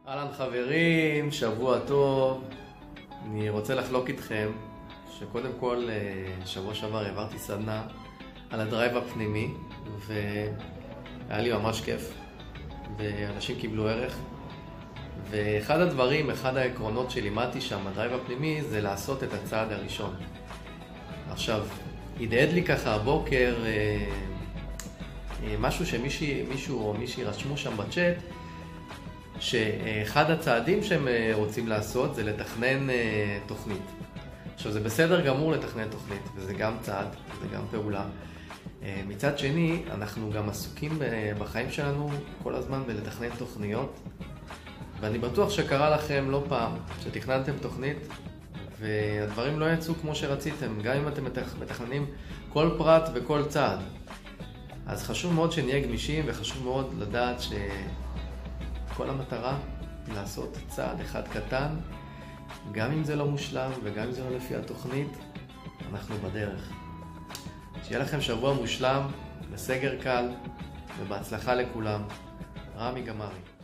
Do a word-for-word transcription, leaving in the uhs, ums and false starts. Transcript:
אהלן חברים, שבוע טוב. אני רוצה לחלוק איתכם שקודם כל שבוע שעבר העברתי סדנה על הדרייב הפנימי והיה לי ממש כיף ואנשים קיבלו ערך. ואחד הדברים, אחד העקרונות שלימדתי שם, הדרייב הפנימי, זה לעשות את הצעד הראשון. עכשיו, הדהד לי ככה הבוקר משהו שמישהו או מישהי רשמו שם בצ'אט, שאחד הצעדים שהם רוצים לעשות זה לתכנן תוכנית. עכשיו, זה בסדר גמור לתכנן תוכנית, וזה גם צעד, זה גם פעולה. מצד שני, אנחנו גם עסוקים בחיים שלנו כל הזמן בלתכנן תוכניות, ואני בטוח שקרה לכם לא פעם שתכננתם תוכנית והדברים לא יצאו כמו שרציתם, גם אם אתם מתכננים כל פרט וכל צעד. אז חשוב מאוד שנהיה גמישים, וחשוב מאוד לדעת ש... כל המטרה היא לעשות צעד אחד קטן, גם אם זה לא מושלם וגם אם זה לא לפי התוכנית, אנחנו בדרך. שיהיה לכם שבוע מושלם, בסגר קל, ובהצלחה לכולם. רמי גמרי.